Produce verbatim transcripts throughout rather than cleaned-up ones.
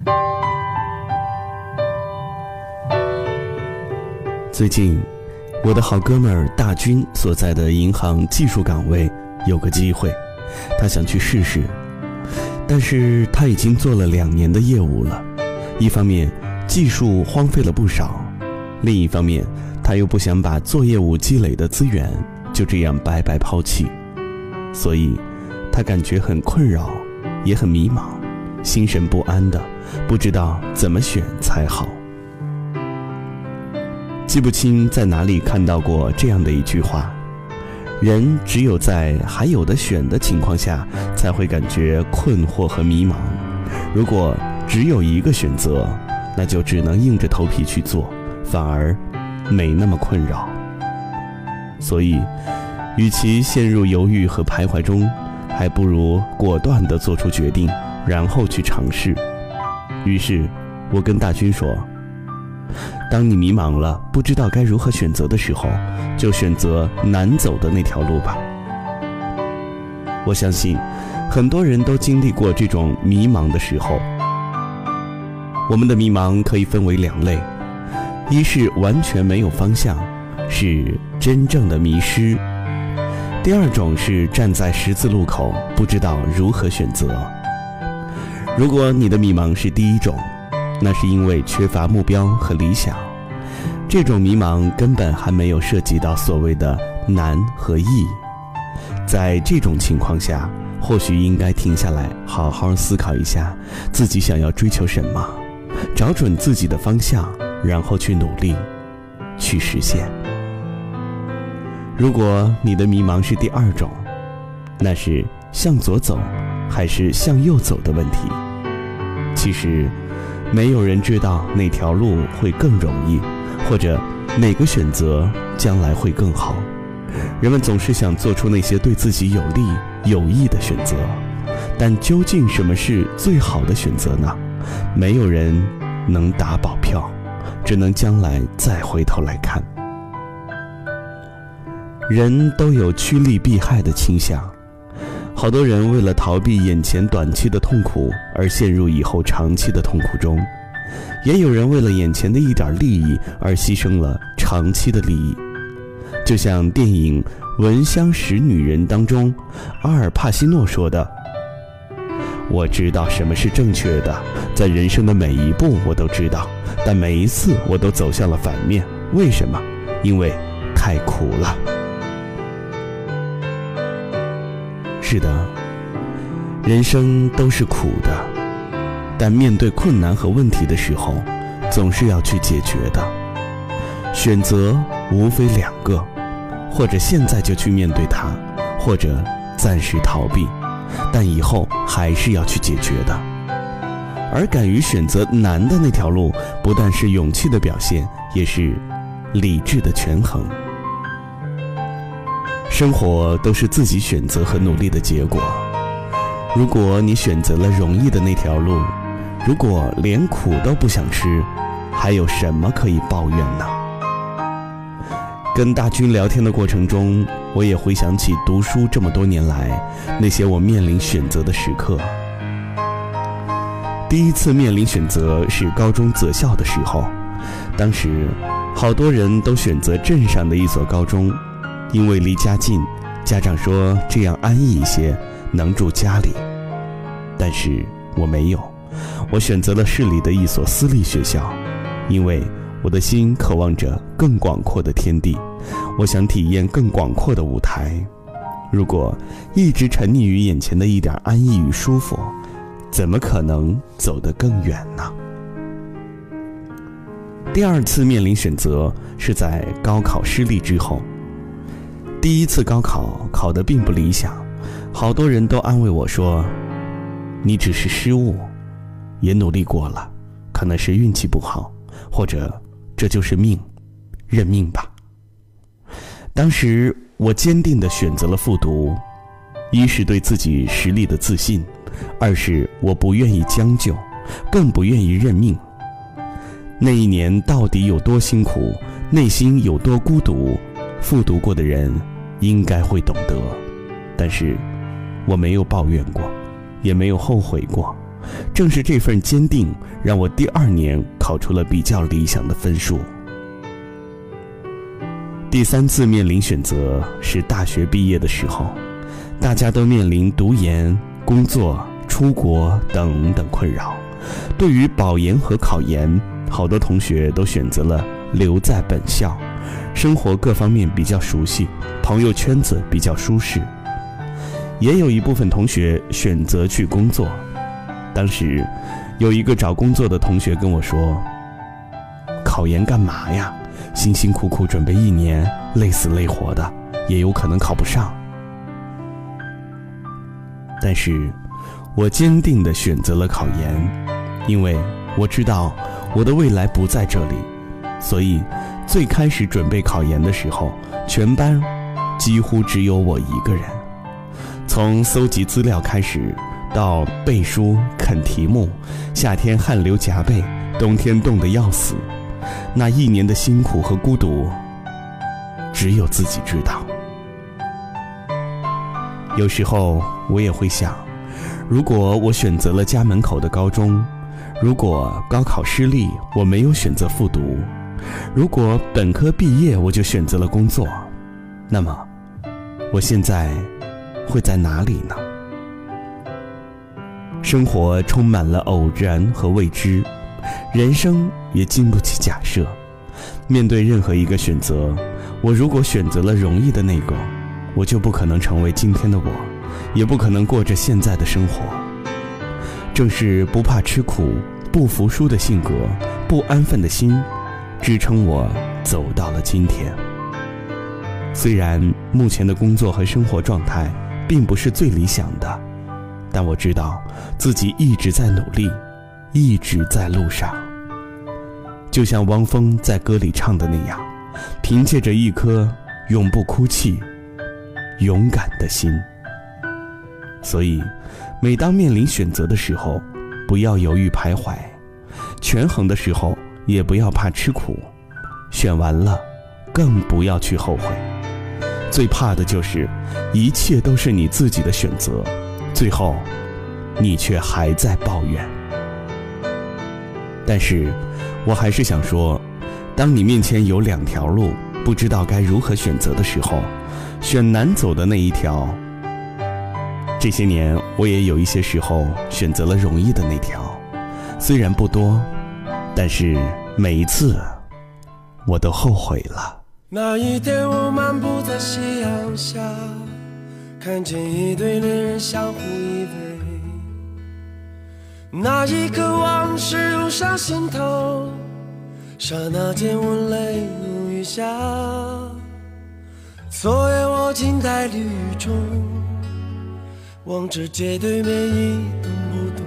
最近我的好哥们儿大军所在的银行技术岗位有个机会，他想去试试，但是他已经做了两年的业务了，一方面技术荒废了不少，另一方面他又不想把做业务积累的资源就这样白白抛弃，所以他感觉很困扰，也很迷茫，心神不安的，不知道怎么选才好。记不清在哪里看到过这样的一句话，人只有在还有的选的情况下才会感觉困惑和迷茫，如果只有一个选择，那就只能硬着头皮去做，反而没那么困扰。所以与其陷入犹豫和徘徊中，还不如果断地做出决定，然后去尝试。于是我跟大军说，当你迷茫了，不知道该如何选择的时候，就选择难走的那条路吧。我相信很多人都经历过这种迷茫的时候。我们的迷茫可以分为两类，一是完全没有方向，是真正的迷失；第二种是站在十字路口，不知道如何选择。如果你的迷茫是第一种，那是因为缺乏目标和理想，这种迷茫根本还没有涉及到所谓的难和易。在这种情况下，或许应该停下来，好好思考一下自己想要追求什么，找准自己的方向，然后去努力，去实现。如果你的迷茫是第二种，那是向左走还是向右走的问题。其实没有人知道哪条路会更容易，或者哪个选择将来会更好。人们总是想做出那些对自己有利有益的选择，但究竟什么是最好的选择呢？没有人能打保票，只能将来再回头来看。人都有趋利避害的倾向，好多人为了逃避眼前短期的痛苦而陷入以后长期的痛苦中，也有人为了眼前的一点利益而牺牲了长期的利益。就像电影《闻香识女人》当中阿尔帕西诺说的，我知道什么是正确的，在人生的每一步我都知道，但每一次我都走向了反面。为什么？因为太苦了。是的，人生都是苦的，但面对困难和问题的时候，总是要去解决的。选择无非两个，或者现在就去面对它，或者暂时逃避，但以后还是要去解决的。而敢于选择难的那条路，不但是勇气的表现，也是理智的权衡。生活都是自己选择和努力的结果。如果你选择了容易的那条路，如果连苦都不想吃，还有什么可以抱怨呢？跟大军聊天的过程中，我也回想起读书这么多年来那些我面临选择的时刻。第一次面临选择是高中择校的时候，当时好多人都选择镇上的一所高中，因为离家近，家长说这样安逸一些，能住家里。但是我没有，我选择了市里的一所私立学校，因为我的心渴望着更广阔的天地，我想体验更广阔的舞台。如果一直沉溺于眼前的一点安逸与舒服，怎么可能走得更远呢？第二次面临选择是在高考失利之后。第一次高考考得并不理想，好多人都安慰我说，你只是失误，也努力过了，可能是运气不好，或者这就是命，认命吧。当时我坚定地选择了复读，一是对自己实力的自信，二是我不愿意将就，更不愿意认命。那一年到底有多辛苦，内心有多孤独，复读过的人应该会懂得。但是我没有抱怨过，也没有后悔过， 正是这份坚定，让我第二年考出了比较理想的分数。第三次面临选择是大学毕业的时候，大家都面临读研、工作、出国等等困扰。对于保研和考研，好多同学都选择了留在本校，生活各方面比较熟悉，朋友圈子比较舒适。也有一部分同学选择去工作。当时有一个找工作的同学跟我说，考研干嘛呀？辛辛苦苦准备一年，累死累活的，也有可能考不上。但是我坚定地选择了考研，因为我知道我的未来不在这里。所以最开始准备考研的时候，全班几乎只有我一个人。从搜集资料开始，到背书、啃题目，夏天汗流浃背，冬天冻得要死，那一年的辛苦和孤独，只有自己知道。有时候我也会想，如果我选择了家门口的高中，如果高考失利我没有选择复读，如果本科毕业我就选择了工作，那么我现在会在哪里呢？生活充满了偶然和未知，人生也经不起假设。面对任何一个选择，我如果选择了容易的那个，我就不可能成为今天的我，也不可能过着现在的生活。正是不怕吃苦、不服输的性格、不安分的心，支撑我走到了今天。虽然目前的工作和生活状态并不是最理想的，但我知道自己一直在努力，一直在路上。就像汪峰在歌里唱的那样，凭借着一颗永不哭泣、勇敢的心。所以每当面临选择的时候，不要犹豫徘徊，权衡的时候也不要怕吃苦，选完了更不要去后悔。最怕的就是一切都是你自己的选择，最后你却还在抱怨。但是我还是想说，当你面前有两条路，不知道该如何选择的时候，选难走的那一条。这些年我也有一些时候选择了容易的那条，虽然不多，但是每一次我都后悔了。 那一天我漫步在夕阳下，看见一对恋人相互依偎，那一刻往事涌上心头，刹那间我泪如雨下。昨夜我静在绿雨中，望着街对面一动不动，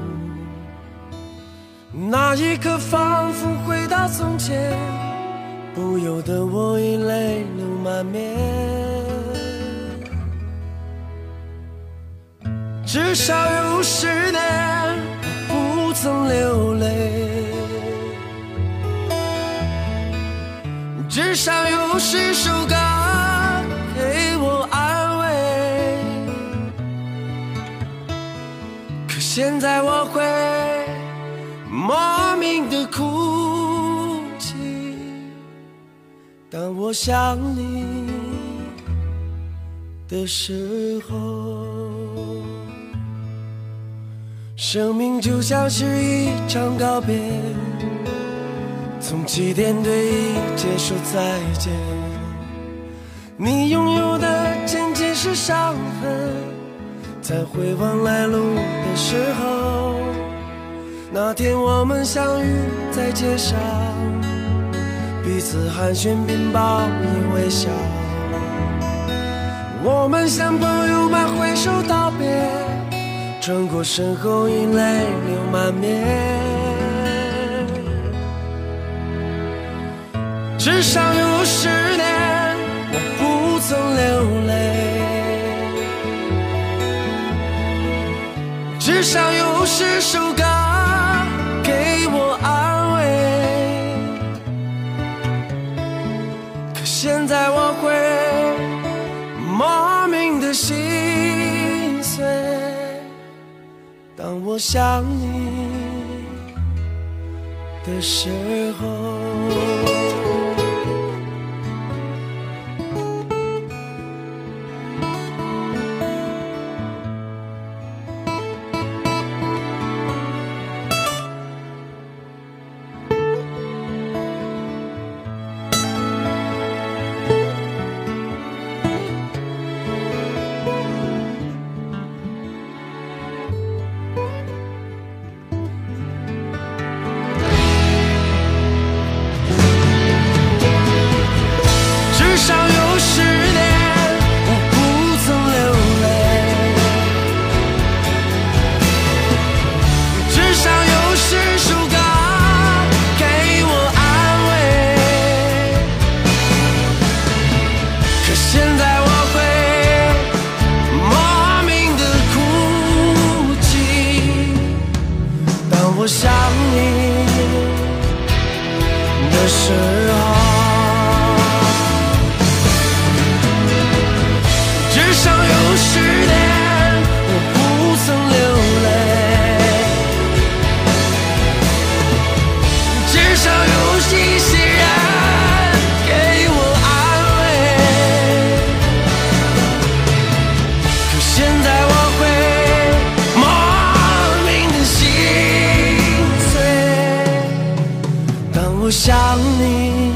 那一刻仿佛回到从前，不由得我已泪流满面。至少有十年不曾流泪，至少有十首歌给我安慰。可现在我会莫名的哭泣，当我想你的时候。生命就像是一场告别，从起点对一切说再见。你拥有的仅仅是伤痕，在回望来路的时候，那天我们相遇在街上，彼此寒暄并报以微笑，我们像朋友们挥手道别，转过身后已泪流满面。至少有十年我不曾流泪，至少有十首歌给我安慰。可现在我会莫名的心碎，当我想你的时候。我想你的时候，至少有十年我不曾流泪，至少有一些人给我安慰，可现在我会莫名的心碎，当我想你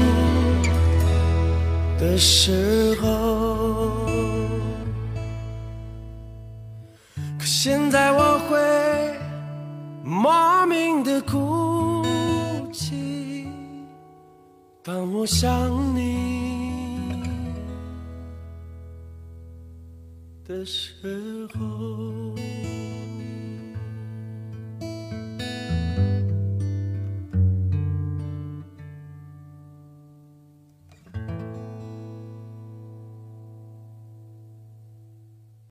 的时候，可现在我会莫名的哭泣，当我想你的时候。